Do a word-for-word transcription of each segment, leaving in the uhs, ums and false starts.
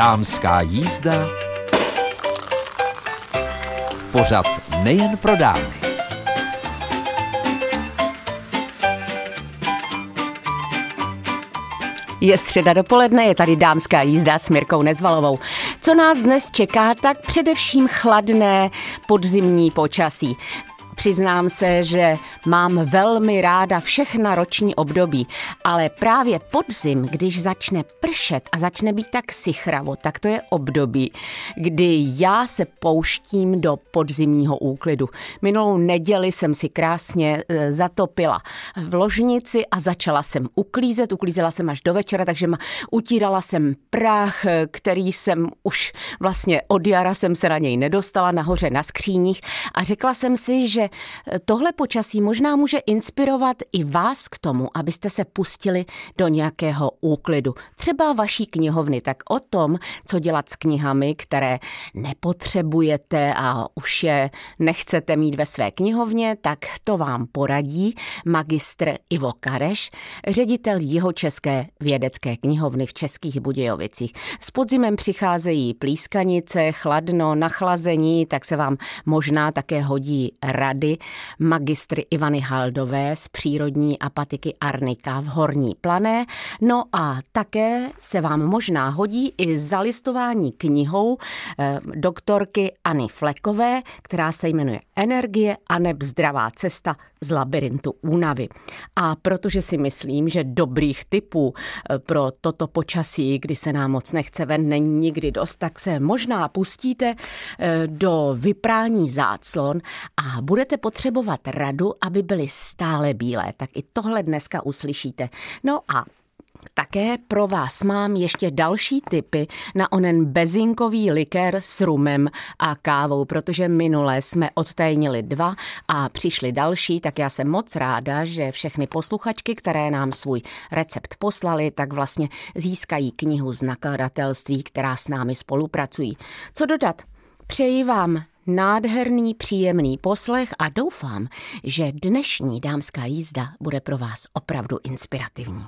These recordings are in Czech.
Dámská jízda, pořad nejen pro dámy. Je středa dopoledne, je tady Dámská jízda s Mirkou Nezvalovou. Co nás dnes čeká, tak především chladné podzimní počasí. Přiznám se, že mám velmi ráda všechna roční období, ale právě podzim, když začne pršet a začne být tak sichravo, tak to je období, kdy já se pouštím do podzimního úklidu. Minulou neděli jsem si krásně zatopila v ložnici a začala jsem uklízet. Uklízela jsem až do večera, takže utírala jsem prach, který jsem už vlastně od jara jsem se na něj nedostala, nahoře na skříních, a řekla jsem si, že tohle počasí možná může inspirovat i vás k tomu, abyste se pustili do nějakého úklidu. Třeba vaší knihovny. Tak o tom, co dělat s knihami, které nepotřebujete a už je nechcete mít ve své knihovně, tak to vám poradí magistr Ivo Kareš, ředitel Jihočeské vědecké knihovny v Českých Budějovicích. S podzimem přicházejí plískanice, chladno, nachlazení, tak se vám možná také hodí rady magistry Ivany Haldové z přírodní apatiky Arnika v Horní Plané. No a také se vám možná hodí i zalistování knihou eh, doktorky Anny Flekové, která se jmenuje Energie aneb zdravá cesta z labyrintu únavy. A protože si myslím, že dobrých tipů pro toto počasí, kdy se nám moc nechce ven, není nikdy dost, tak se možná pustíte do vyprání záclon a budete potřebovat radu, aby byly stále bílé. Tak i tohle dneska uslyšíte. No a také pro vás mám ještě další tipy na onen bezinkový likér s rumem a kávou, protože minule jsme odtajnili dva a přišli další, tak já jsem moc ráda, že všechny posluchačky, které nám svůj recept poslali, tak vlastně získají knihu z nakladatelství, která s námi spolupracují. Co dodat? Přeji vám nádherný, příjemný poslech a doufám, že dnešní Dámská jízda bude pro vás opravdu inspirativní.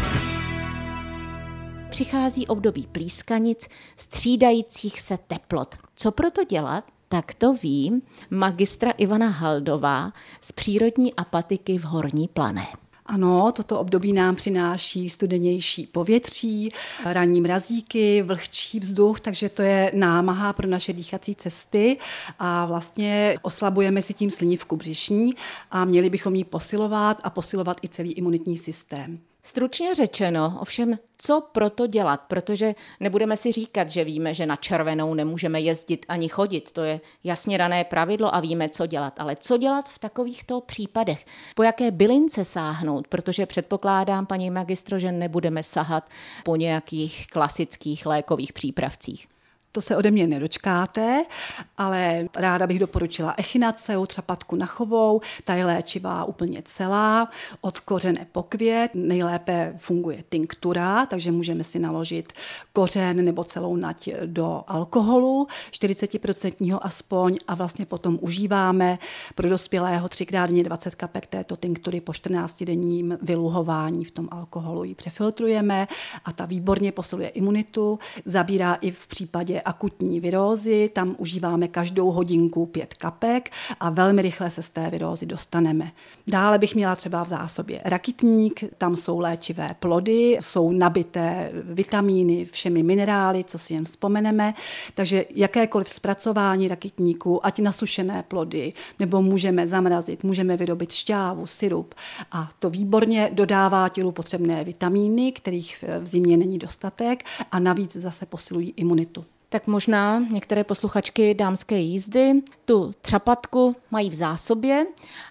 Přichází období plískanic, střídajících se teplot. Co proto dělat? Tak to ví magistra Ivana Haldová z přírodní apatiky v Horní Plané. Ano, toto období nám přináší studenější povětří, ranní mrazíky, vlhčí vzduch, takže to je námaha pro naše dýchací cesty a vlastně oslabujeme si tím slinivku břišní a měli bychom ji posilovat a posilovat i celý imunitní systém. Stručně řečeno, ovšem, co proto dělat? Protože nebudeme si říkat, že víme, že na červenou nemůžeme jezdit ani chodit. To je jasně dané pravidlo a víme, co dělat. Ale co dělat v takovýchto případech? Po jaké bylince sáhnout? Protože předpokládám, paní magistro, že nebudeme sahat po nějakých klasických lékových přípravcích. To se ode mě nedočkáte, ale ráda bych doporučila echinaceu, třapatku nachovou, ta je léčivá úplně celá, od kořene po květ, nejlépe funguje tinktura, takže můžeme si naložit kořen nebo celou nať do alkoholu, čtyřicet procent aspoň, a vlastně potom užíváme pro dospělého třikrát denně dvacet kapek této tinktury po čtrnáctidenním vyluhování v tom alkoholu ji přefiltrujeme a ta výborně posiluje imunitu, zabírá i v případě akutní virózy, tam užíváme každou hodinku pět kapek a velmi rychle se z té virózy dostaneme. Dále bych měla třeba v zásobě rakytník, tam jsou léčivé plody, jsou nabité vitamíny, všemi minerály, co si jen vzpomeneme, takže jakékoliv zpracování rakytníku, ať nasušené plody, nebo můžeme zamrazit, můžeme vyrobit šťávu, sirup a to výborně dodává tělu potřebné vitamíny, kterých v zimě není dostatek a navíc zase posilují imunitu. Tak možná některé posluchačky Dámské jízdy tu třapatku mají v zásobě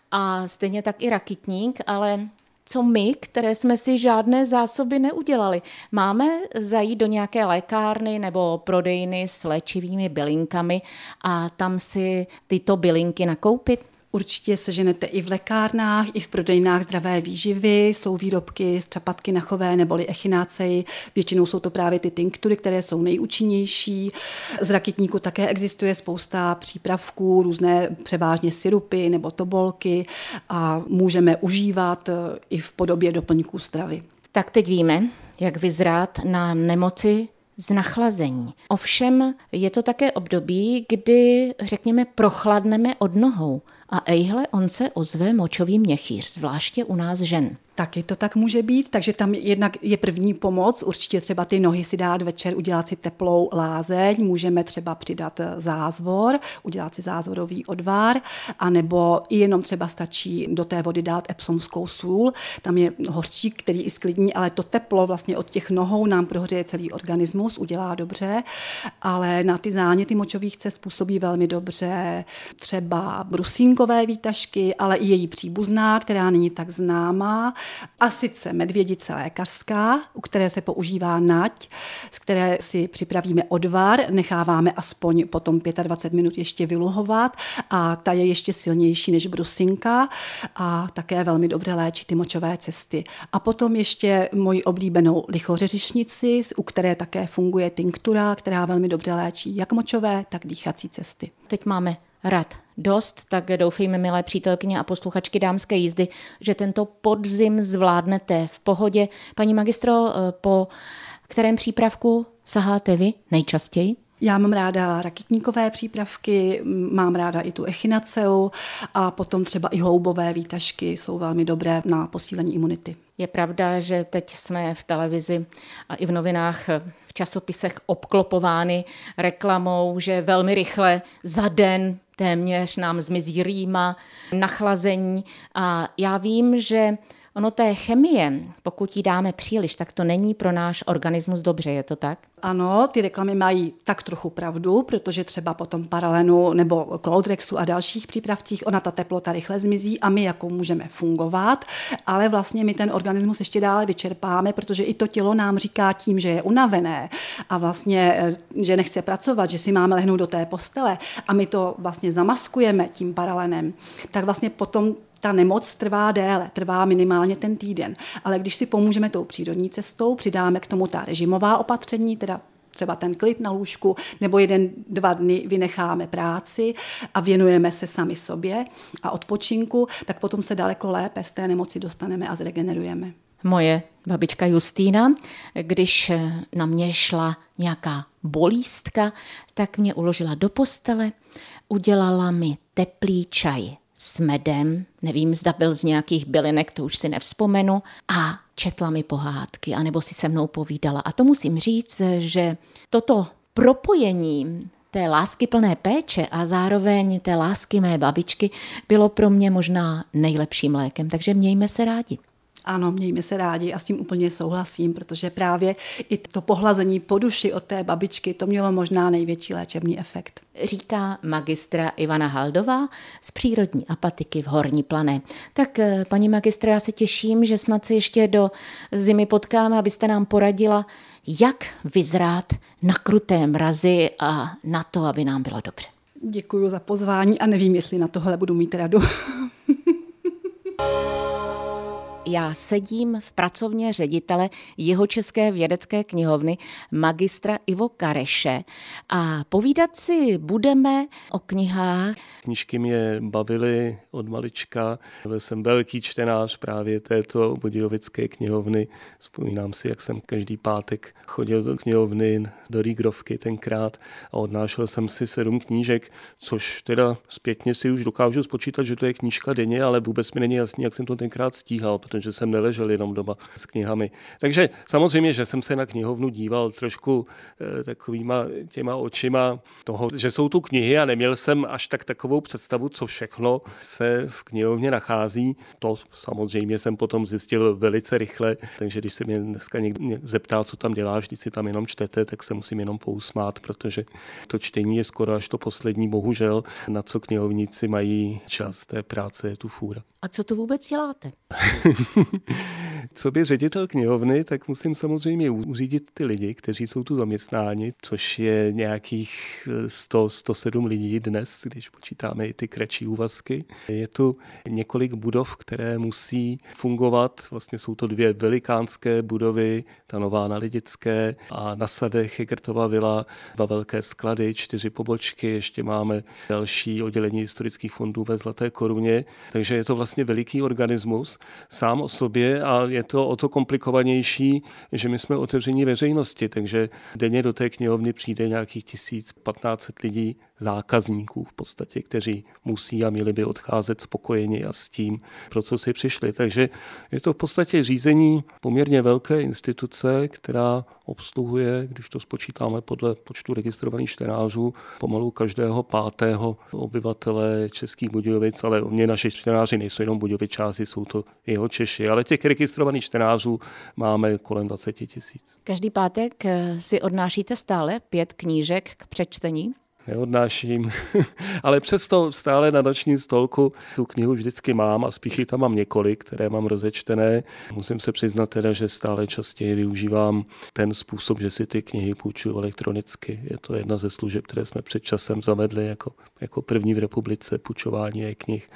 a stejně tak i rakytník, ale co my, které jsme si žádné zásoby neudělali? Máme zajít do nějaké lékárny nebo prodejny s léčivými bylinkami a tam si tyto bylinky nakoupit? Určitě seženete i v lékárnách, i v prodejnách zdravé výživy, jsou výrobky z třapatky nachové neboli echinacei, většinou jsou to právě ty tinktury, které jsou nejúčinnější. Z rakytníku také existuje spousta přípravků, různé převážně sirupy nebo tobolky a můžeme užívat i v podobě doplňků stravy. Tak teď víme, jak vyzrát na nemoci z nachlazení. Ovšem je to také období, kdy, řekněme, prochladneme od nohou. A ejhle, on se ozve močový měchýř, zvláště u nás žen. Taky to tak může být, takže tam jednak je první pomoc, určitě třeba ty nohy si dát večer, udělat si teplou lázeň, můžeme třeba přidat zázvor, udělat si zázvorový odvar, anebo i jenom třeba stačí do té vody dát epsomskou sůl, tam je hořčík, který i sklidní, ale to teplo vlastně od těch nohou nám prohřeje celý organismus, udělá dobře, ale na ty záněty močových cest působí velmi dobře třeba brusínkové výtažky, ale i její příbuzná, která není tak známá, a sice medvědice lékařská, u které se používá nať, z které si připravíme odvar, necháváme aspoň potom dvacet pět minut ještě vyluhovat a ta je ještě silnější než brusinka a také velmi dobře léčí ty močové cesty. A potom ještě moji oblíbenou lichořeřišnici, u které také funguje tinktura, která velmi dobře léčí jak močové, tak dýchací cesty. Teď máme rad dost, tak doufejme, milé přítelkyně a posluchačky Dámské jízdy, že tento podzim zvládnete v pohodě. Paní magistro, po kterém přípravku saháte vy nejčastěji? Já mám ráda rakitníkové přípravky, mám ráda i tu echinaceu a potom třeba i houbové výtažky jsou velmi dobré na posílení imunity. Je pravda, že teď jsme v televizi a i v novinách, v časopisech obklopovány reklamou, že velmi rychle za den téměř nám zmizí rýma, nachlazení a já vím, že ono té chemie, pokud ji dáme příliš, tak to není pro náš organismus dobře, je to tak? Ano, ty reklamy mají tak trochu pravdu, protože třeba potom Paralenu nebo Coldrexu a dalších přípravcích ona ta teplota rychle zmizí a my jako můžeme fungovat, ale vlastně my ten organismus ještě dále vyčerpáme, protože i to tělo nám říká tím, že je unavené a vlastně, že nechce pracovat, že si máme lehnout do té postele a my to vlastně zamaskujeme tím Paralenem, tak vlastně potom ta nemoc trvá déle, trvá minimálně ten týden. Ale když si pomůžeme tou přírodní cestou, přidáme k tomu ta režimová opatření, teda třeba ten klid na lůžku, nebo jeden, dva dny vynecháme práci a věnujeme se sami sobě a odpočinku, tak potom se daleko lépe z té nemoci dostaneme a zregenerujeme. Moje babička Justýna, když na mě šla nějaká bolístka, tak mě uložila do postele, udělala mi teplý čaj s medem, nevím, zda byl z nějakých bylinek, to už si nevzpomenu, a četla mi pohádky, anebo si se mnou povídala. A to musím říct, že toto propojení té láskyplné péče a zároveň té lásky mé babičky bylo pro mě možná nejlepším lékem, takže mějme se rádi. Ano, mějme se rádi a s tím úplně souhlasím, protože právě i to pohlazení po duši od té babičky, to mělo možná největší léčebný efekt. Říká magistra Ivana Haldová z přírodní apatiky v Horní Plané. Tak paní magistra, já se těším, že snad se ještě do zimy potkáme, abyste nám poradila, jak vyzrát na kruté mrazy a na to, aby nám bylo dobře. Děkuji za pozvání a nevím, jestli na tohle budu mít radu. Já sedím v pracovně ředitele Jihočeské vědecké knihovny magistra Ivo Kareše a povídat si budeme o knihách. Knížky mě bavily od malička. Byl jsem velký čtenář právě této Budějovické knihovny. Vzpomínám si, jak jsem každý pátek chodil do knihovny, do Rýgrovky tenkrát a odnášel jsem si sedm knížek, což teda zpětně si už dokážu spočítat, že to je knížka denně, ale vůbec mi není jasný, jak jsem to tenkrát stíhal, protože jsem neležel jenom doma s knihami. Takže samozřejmě, že jsem se na knihovnu díval trošku eh, takovýma těma očima toho, že jsou tu knihy a neměl jsem až tak takovou představu, co všechno se v knihovně nachází. To samozřejmě jsem potom zjistil velice rychle, takže když se mě dneska někdo zeptá, co tam děláš, když si tam jenom čtete, tak se musím jenom pousmát, protože to čtení je skoro až to poslední, bohužel, na co knihovníci mají čas, té práce je tu fůra. A co to vůbec děláte? Co by ředitel knihovny, tak musím samozřejmě uřídit ty lidi, kteří jsou tu zaměstnáni, což je nějakých sto, sto sedm lidí dnes, když počítáme i ty kratší úvazky. Je tu několik budov, které musí fungovat. Vlastně jsou to dvě velikánské budovy, ta nová na Lidické a na Sadech Hegertova vila, dva velké sklady, čtyři pobočky, ještě máme další oddělení historických fondů ve Zlaté Koruně, takže je to vlastně veliký organismus sám o sobě a je to o to komplikovanější, že my jsme otevření veřejnosti, takže denně do té knihovny přijde nějakých tisíc patnáct set lidí, zákazníků v podstatě, kteří musí a měli by odcházet spokojeni a s tím, pro co si přišli. Takže je to v podstatě řízení poměrně velké instituce, která obsluhuje, když to spočítáme podle počtu registrovaných čtenářů, pomalu každého pátého obyvatele Českých Budějovic, ale mě naši čtenáři nejsou jenom Budějovičáci, jsou to jeho Češi, ale těch registrovaných čtenářů máme kolem dvacet tisíc. Každý pátek si odnášíte stále pět knížek k přečtení? Neodnáším, ale přesto stále na nočním stolku tu knihu vždycky mám a spíš ji tam mám několik, které mám rozečtené. Musím se přiznat teda, že stále častěji využívám ten způsob, že si ty knihy půjčuju elektronicky. Je to jedna ze služeb, které jsme před časem zavedli jako, jako první v republice, půjčování knih.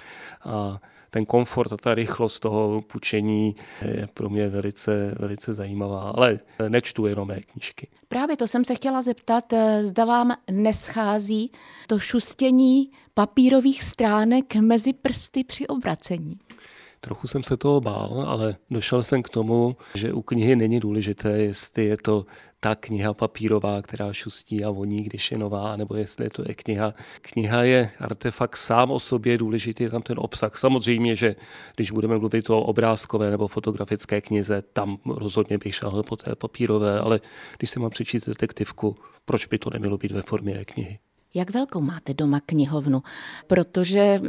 A ten komfort a ta rychlost toho půjčení je pro mě velice, velice zajímavá, ale nečtu jenom mé knížky. Právě to jsem se chtěla zeptat, zda vám neschází to šustění papírových stránek mezi prsty při obracení. Trochu jsem se toho bál, ale došel jsem k tomu, že u knihy není důležité, jestli je to ta kniha papírová, která šustí a voní, když je nová, nebo jestli je to e-kniha. Kniha je artefakt sám o sobě, důležitý je tam ten obsah. Samozřejmě, že když budeme mluvit o obrázkové nebo fotografické knize, tam rozhodně bych šel po té papírové, ale když si mám přečíst detektivku, proč by to nemělo být ve formě e-knihy? Jak velkou máte doma knihovnu? Protože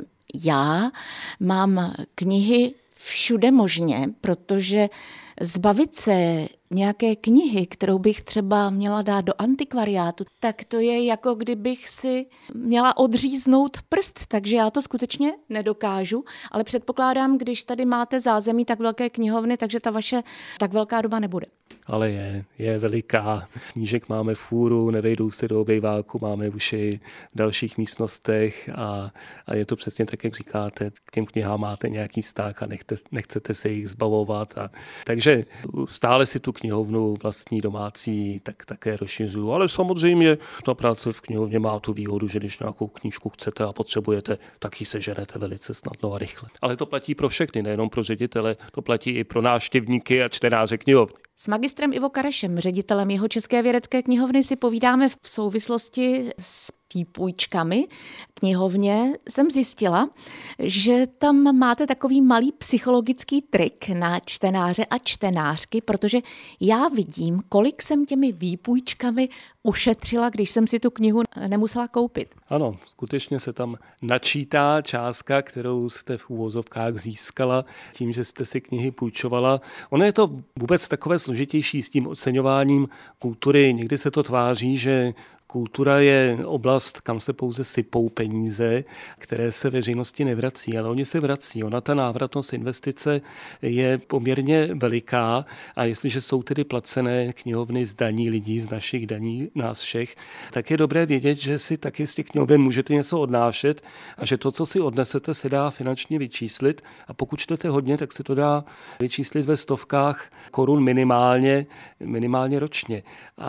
já mám knihy všude možně, protože zbavit se nějaké knihy, kterou bych třeba měla dát do antikvariátu, tak to je jako kdybych si měla odříznout prst, takže já to skutečně nedokážu, ale předpokládám, když tady máte zázemí tak velké knihovny, takže ta vaše tak velká doba nebude. Ale je, je veliká. Knížek máme fůru, nevejdou se do obejváku, máme už i v dalších místnostech a, a je to přesně tak, jak říkáte, k těm knihám máte nějaký vztah a nechte, nechcete se jich zbavovat. A, takže stále si tu knihovnu vlastní domácí tak také rozšiřuju, ale samozřejmě ta práce v knihovně má tu výhodu, že když nějakou knížku chcete a potřebujete, tak ji seženete velice snadno a rychle. Ale to platí pro všechny, nejenom pro ředitele, to platí i pro návštěvníky a čtenáře knihovny. S magistrem Ivo Karešem, ředitelem Jihočeské vědecké knihovny, si povídáme v souvislosti s výpůjčkami knihovně. Jsem zjistila, že tam máte takový malý psychologický trik na čtenáře a čtenářky, protože já vidím, kolik jsem těmi výpůjčkami ušetřila, když jsem si tu knihu nemusela koupit. Ano, skutečně se tam načítá částka, kterou jste v úvozovkách získala tím, že jste si knihy půjčovala. Ono je to vůbec takové složitější s tím oceňováním kultury. Někdy se to tváří, že kultura je oblast, kam se pouze sypou peníze, které se veřejnosti nevrací, ale oni se vrací. Ona ta návratnost investice je poměrně veliká a jestliže jsou tedy placené knihovny z daní lidí, z našich daní, nás všech, tak je dobré vědět, že si taky z těch knihoven můžete něco odnášet a že to, co si odnesete, se dá finančně vyčíslit a pokud čtete hodně, tak se to dá vyčíslit ve stovkách korun minimálně, minimálně ročně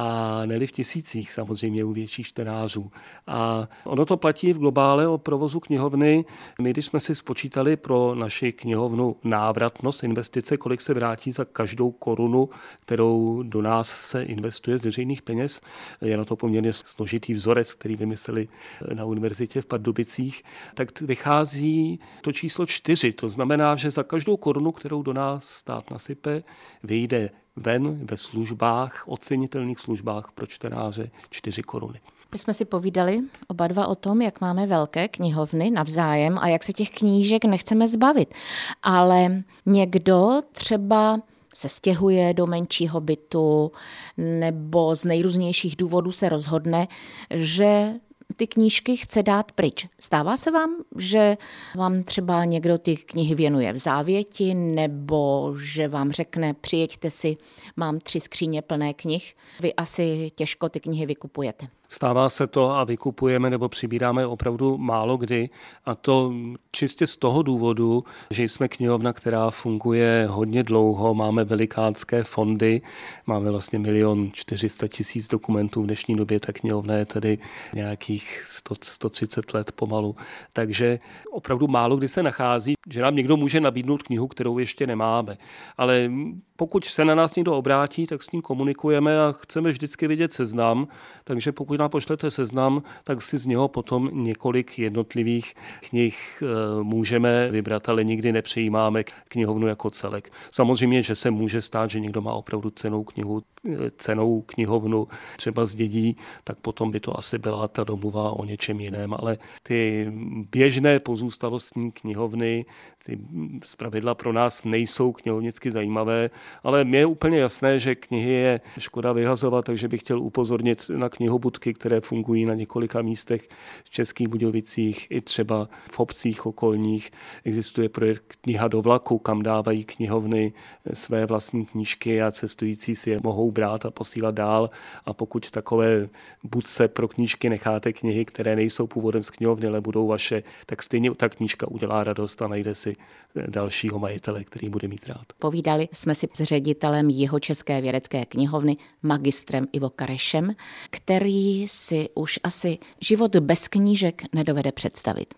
a ne v tisících samozřejmě u větších čtenářů. A ono to platí v globále o provozu knihovny. My, když jsme si spočítali pro naši knihovnu návratnost investice, kolik se vrátí za každou korunu, kterou do nás se investuje z veřejných peněz, je na to poměrně složitý vzorec, který vymysleli na univerzitě v Pardubicích, tak vychází to číslo čtyři. To znamená, že za každou korunu, kterou do nás stát nasype, vyjde ven ve službách, ocenitelných službách pro čtenáře čtyři koruny. My jsme si povídali oba dva o tom, jak máme velké knihovny navzájem a jak se těch knížek nechceme zbavit. Ale někdo třeba se stěhuje do menšího bytu nebo z nejrůznějších důvodů se rozhodne, že ty knížky chce dát pryč. Stává se vám, že vám třeba někdo ty knihy věnuje v závěti nebo že vám řekne, přijeďte si, mám tři skříně plné knih. Vy asi těžko ty knihy vykupujete. Stává se to a vykupujeme nebo přibíráme opravdu málo kdy, a to čistě z toho důvodu, že jsme knihovna, která funguje hodně dlouho, máme velikánské fondy, máme vlastně milion čtyři sta tisíc dokumentů v dnešní době, ta knihovna je tedy nějakých sto, sto třicet let pomalu. Takže opravdu málo kdy se nachází, že nám někdo může nabídnout knihu, kterou ještě nemáme. Ale pokud se na nás někdo obrátí, tak s ním komunikujeme a chceme vždycky vidět seznam, takže pokud nám pošlete seznam, tak si z něho potom několik jednotlivých knih můžeme vybrat, ale nikdy nepřijímáme knihovnu jako celek. Samozřejmě, že se může stát, že někdo má opravdu cennou knihu, cennou knihovnu, třeba zdědí, tak potom by to asi byla ta domluva o něčem jiném, ale ty běžné pozůstalostní knihovny, ty zpravidla pro nás nejsou knihovnicky zajímavé, ale mně je úplně jasné, že knihy je škoda vyhazovat, takže bych chtěl upozornit na knihobudky, které fungují na několika místech v Českých Budějovicích i třeba v obcích okolních. Existuje projekt Kniha do vlaku, kam dávají knihovny své vlastní knížky a cestující si je mohou brát a posílat dál, a pokud takové budce pro knížky necháte knihy, které nejsou původem z knihovny, ale budou vaše, tak stejně ta knížka udělá radost a najde si dalšího majitele, který bude mít rád. Povídali jsme si s ředitelem Jihočeské vědecké knihovny magistrem Ivo Karešem, který si už asi život bez knížek nedovede představit.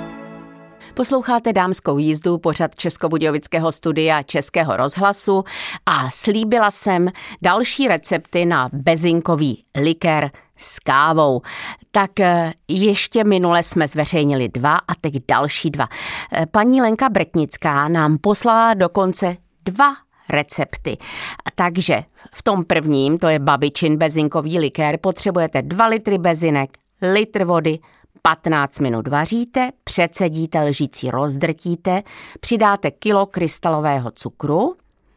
Posloucháte Dámskou jízdu, pořad Českobudějovického studia Českého rozhlasu, a slíbila jsem další recepty na bezinkový likér s kávou. Tak ještě minule jsme zveřejnili dva a teď další dva. Paní Lenka Brtnická nám poslala dokonce dva recepty. Takže v tom prvním, to je babičin bezinkový likér, potřebujete dva litry bezinek, litr vody, patnáct minut vaříte, přecedíte, lžící rozdrtíte, přidáte kilo krystalového cukru,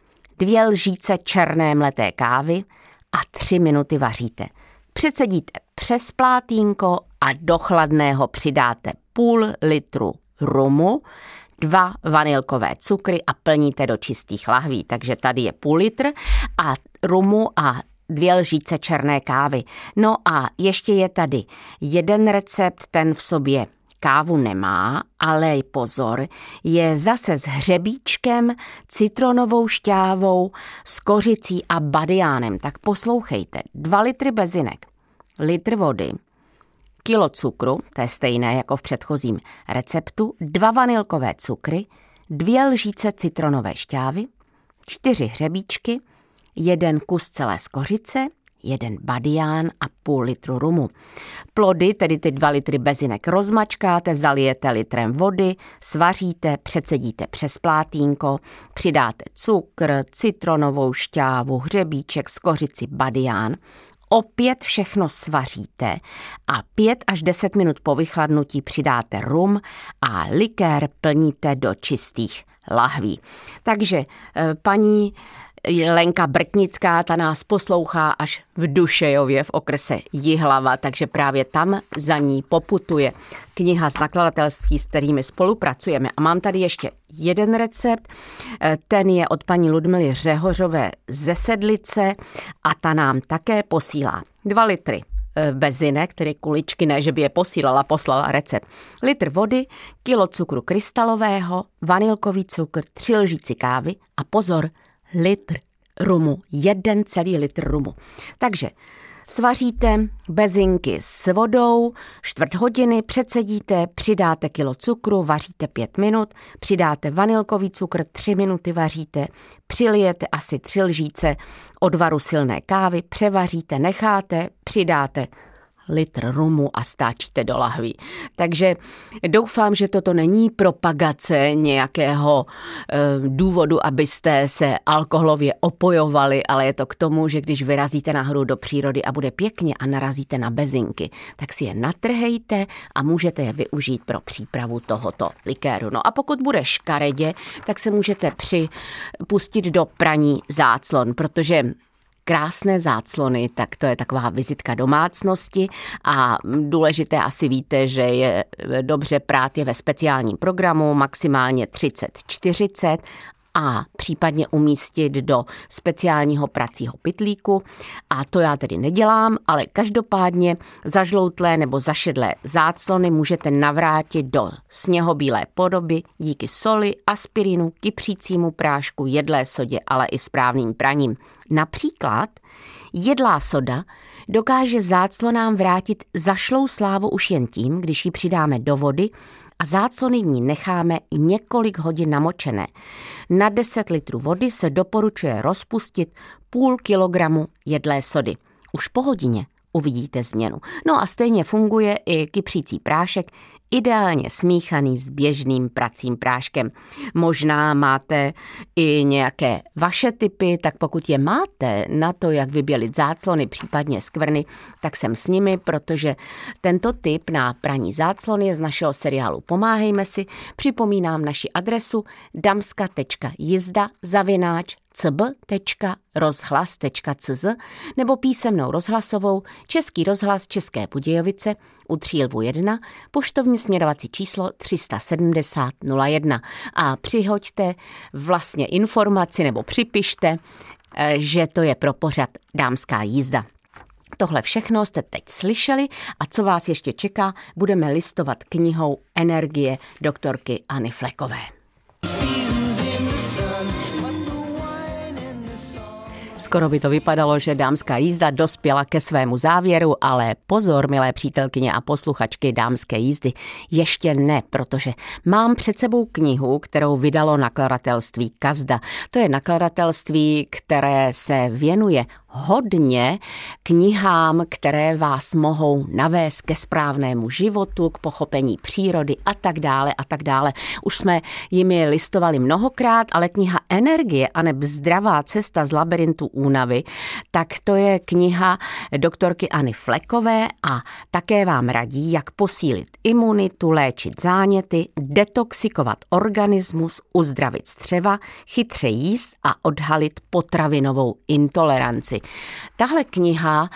dvě lžíce černé mleté kávy a tři minuty vaříte. Přecedíte přes plátínko a do chladného přidáte půl litru rumu, dva vanilkové cukry a plníte do čistých lahví. Takže tady je půl litr a rumu a dvě lžíce černé kávy. No a ještě je tady jeden recept, ten v sobě kávu nemá, ale pozor, je zase s hřebíčkem, citronovou šťávou, s kořicí a badiánem. Tak poslouchejte, dva litry bezinek, litr vody, kilo cukru, to je stejné jako v předchozím receptu, dva vanilkové cukry, dvě lžíce citronové šťávy, čtyři hřebíčky, jeden kus celé skořice, jeden badián a půl litru rumu. Plody, tedy ty dva litry bezinek, rozmačkáte, zalijete litrem vody, svaříte, přecedíte přes plátínko, přidáte cukr, citronovou šťávu, hřebíček, skořici, badián. Opět všechno svaříte a pět až deset minut po vychladnutí přidáte rum a likér plníte do čistých lahví. Takže paní Lenka Brtnická, ta nás poslouchá až v Dušejově v okrese Jihlava, takže právě tam za ní poputuje kniha z nakladatelství, s kterými spolupracujeme. A mám tady ještě jeden recept, ten je od paní Ludmily Řehořové ze Sedlice a ta nám také posílá dva litry bezinek, tedy kuličky, ne, že by je posílala, poslala recept. Litr vody, kilo cukru krystalového, vanilkový cukr, tři lžíci kávy a pozor, litr rumu, jeden celý litr rumu. Takže svaříte bezinky s vodou, čtvrt hodiny, přecedíte, přidáte kilo cukru, vaříte pět minut, přidáte vanilkový cukr, tři minuty vaříte, přilijete asi tři lžíce odvaru silné kávy, převaříte, necháte, přidáte litr rumu a stáčíte do lahví. Takže doufám, že toto není propagace nějakého e, důvodu, abyste se alkoholově opojovali, ale je to k tomu, že když vyrazíte nahoru do přírody a bude pěkně a narazíte na bezinky, tak si je natrhejte a můžete je využít pro přípravu tohoto likéru. No a pokud bude škaredě, tak se můžete připustit do praní záclon, protože krásné záclony, tak to je taková vizitka domácnosti a důležité asi víte, že je dobře prát je ve speciálním programu, maximálně třicet čtyřicet a případně umístit do speciálního pracího pytlíku. A to já tedy nedělám, ale každopádně zažloutlé nebo zašedlé záclony můžete navrátit do sněhobílé podoby díky soli, aspirinu, kypřícímu prášku, jedlé sodě, ale i správným praním. Například jedlá soda dokáže záclonám vrátit zašlou slávu už jen tím, když ji přidáme do vody a záclony v ní necháme několik hodin namočené. Na deset litrů vody se doporučuje rozpustit půl kilogramu jedlé sody. Už po hodině uvidíte změnu. No a stejně funguje i kypřící prášek, ideálně smíchaný s běžným pracím práškem. Možná máte i nějaké vaše tipy, tak pokud je máte na to, jak vybělit záclony, případně skvrny, tak jsem s nimi, protože tento tip na praní záclon je z našeho seriálu Pomáhejme si. Připomínám naši adresu damska tečka jizda zavináč c b tečka rozhlas tečka c z nebo písemnou rozhlasovou Český rozhlas České Budějovice u Třílvu jedna, poštovní směrovací číslo tři sedmdesát nula jedna a přihoďte vlastně informaci nebo připište, že to je pro pořad Dámská jízda. Tohle všechno jste teď slyšeli a co vás ještě čeká, budeme listovat knihou Energie doktorky Anny Flekové. Skoro by to vypadalo, že Dámská jízda dospěla ke svému závěru, ale pozor, milé přítelkyně a posluchačky Dámské jízdy, ještě ne, protože mám před sebou knihu, kterou vydalo nakladatelství Kazda. To je nakladatelství, které se věnuje hodně knihám, které vás mohou navést ke správnému životu, k pochopení přírody a tak dále a tak dále. Už jsme jimi listovali mnohokrát, ale kniha Energie aneb Zdravá cesta z labirintu únavy, tak to je kniha doktorky Anny Flekové a také vám radí, jak posílit imunitu, léčit záněty, detoxikovat organismus, uzdravit střeva, chytře jíst a odhalit potravinovou intoleranci. Tahle kniha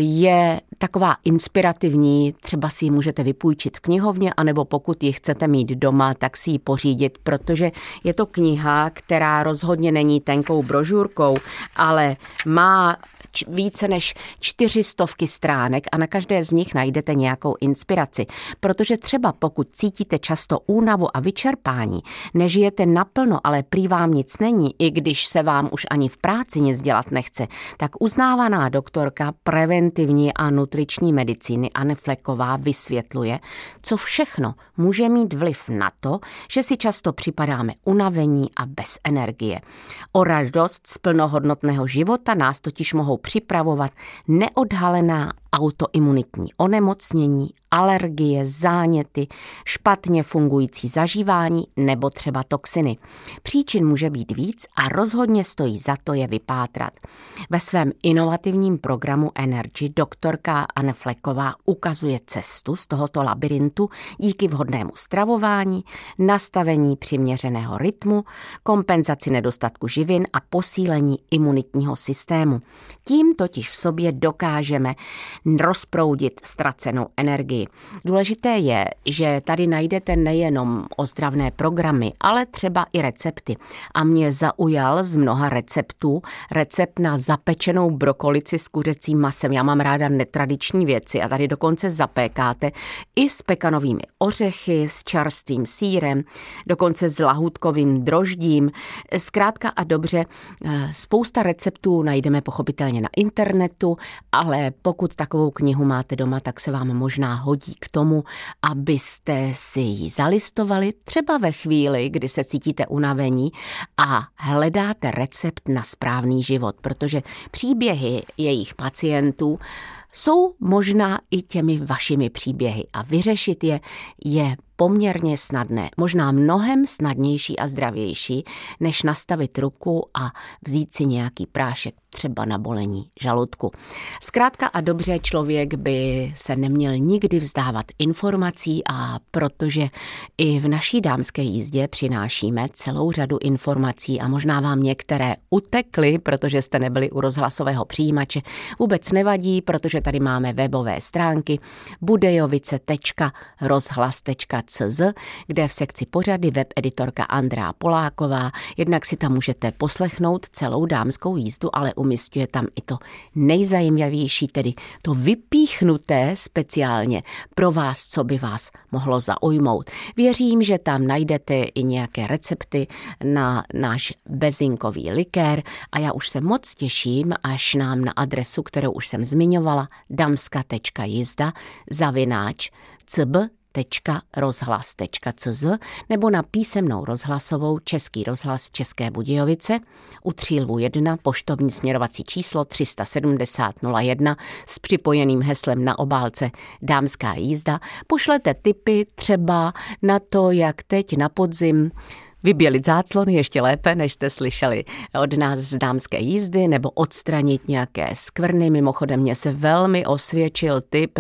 je taková inspirativní, třeba si ji můžete vypůjčit v knihovně, anebo pokud ji chcete mít doma, tak si ji pořídit, protože je to kniha, která rozhodně není tenkou brožurkou, ale má více než čtyři stovky stránek a na každé z nich najdete nějakou inspiraci. Protože třeba pokud cítíte často únavu a vyčerpání, nežijete naplno, ale prý vám nic není, i když se vám už ani v práci nic dělat nechce, tak uznávaná doktorka preventivní a nutriční medicíny Anny Fleková vysvětluje, co všechno může mít vliv na to, že si často připadáme unavení a bez energie. O radost z plnohodnotného života nás totiž mohou připravovat neodhalená autoimunitní onemocnění, alergie, záněty, špatně fungující zažívání nebo třeba toxiny. Příčin může být víc a rozhodně stojí za to je vypátrat. Ve svém inovativním programu Energy doktorka Anna Fleková ukazuje cestu z tohoto labirintu díky vhodnému stravování, nastavení přiměřeného rytmu, kompenzaci nedostatku živin a posílení imunitního systému. Tím totiž v sobě dokážeme rozproudit ztracenou energii. Důležité je, že tady najdete nejenom ozdravné programy, ale třeba i recepty. A mě zaujal z mnoha receptů recept na zapečenou brokolici s kuřecím masem. Já mám ráda netradiční věci a tady dokonce zapékáte i s pekanovými ořechy, s čerstvým sýrem, dokonce s lahůdkovým droždím. Zkrátka a dobře, spousta receptů najdeme pochopitelně na internetu, ale pokud takovou knihu máte doma, tak se vám možná hodí k tomu, abyste si ji zalistovali třeba ve chvíli, kdy se cítíte unavení a hledáte recept na správný život, protože příběhy jejich pacientů jsou možná i těmi vašimi příběhy a vyřešit je je poměrně snadné, možná mnohem snadnější a zdravější, než nastavit ruku a vzít si nějaký prášek třeba na bolení žaludku. Zkrátka a dobře, člověk by se neměl nikdy vzdávat informací, a protože i v naší dámské jízdě přinášíme celou řadu informací a možná vám některé utekly, protože jste nebyli u rozhlasového přijímače, vůbec nevadí, protože tady máme webové stránky budejovice tečka rozhlas tečka cz, kde v sekci pořady webeditorka Andrea Poláková, jednak si tam můžete poslechnout celou dámskou jízdu, ale umisťuje tam i to nejzajímavější, tedy to vypíchnuté speciálně pro vás, co by vás mohlo zaujmout. Věřím, že tam najdete i nějaké recepty na náš bezinkový likér a já už se moc těším, až nám na adresu, kterou už jsem zmiňovala, damska tečka jizda zavináč cb tečka rozhlas tečka cz nebo na písemnou rozhlasovou Český rozhlas České Budějovice u Třílvu jedna, poštovní směrovací číslo tři set sedmdesát nula jedna s připojeným heslem na obálce Dámská jízda. Pošlete tipy třeba na to, jak teď na podzim vybělit záclony ještě lépe, než jste slyšeli od nás z dámské jízdy, nebo odstranit nějaké skvrny. Mimochodem mě se velmi osvědčil tip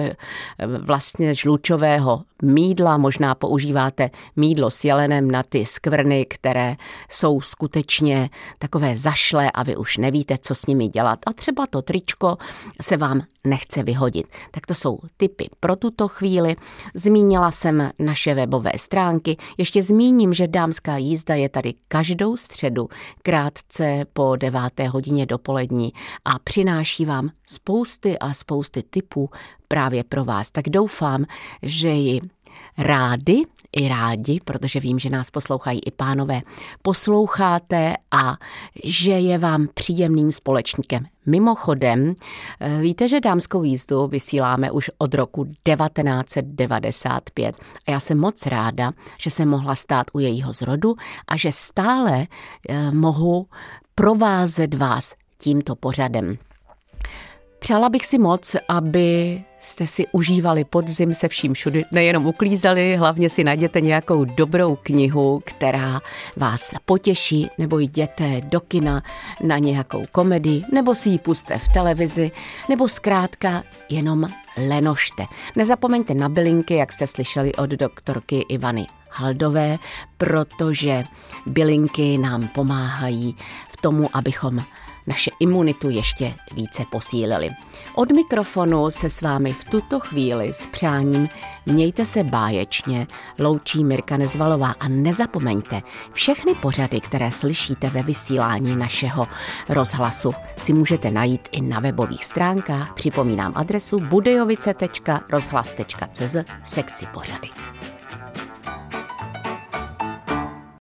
vlastně žlučového mýdla. Možná používáte mýdlo s jelenem na ty skvrny, které jsou skutečně takové zašlé a vy už nevíte, co s nimi dělat. A třeba to tričko se vám nechce vyhodit. Tak to jsou tipy pro tuto chvíli. Zmínila jsem naše webové stránky. Ještě zmíním, že dámská jízda je tady každou středu krátce po deváté hodině dopolední a přináší vám spousty a spousty tipů právě pro vás. Tak doufám, že ji rádi i rádi, protože vím, že nás poslouchají i pánové, posloucháte a že je vám příjemným společníkem. Mimochodem, víte, že dámskou jízdu vysíláme už od roku devatenáct set devadesát pět a já jsem moc ráda, že jsem mohla stát u jejího zrodu a že stále eh, mohu provázet vás tímto pořadem. Přála bych si moc, aby jste si užívali podzim se vším všudy, nejenom uklízeli, hlavně si najděte nějakou dobrou knihu, která vás potěší, nebo jděte do kina na nějakou komedii, nebo si ji puste v televizi, nebo zkrátka jenom lenožte. Nezapomeňte na bylinky, jak jste slyšeli od doktorky Ivany Haldové, protože bylinky nám pomáhají v tomu, abychom naše imunitu ještě více posílili. Od mikrofonu se s vámi v tuto chvíli s přáním mějte se báječně, loučí Mirka Nezvalová a nezapomeňte, všechny pořady, které slyšíte ve vysílání našeho rozhlasu, si můžete najít i na webových stránkách. Připomínám adresu budejovice tečka rozhlas tečka cz v sekci pořady.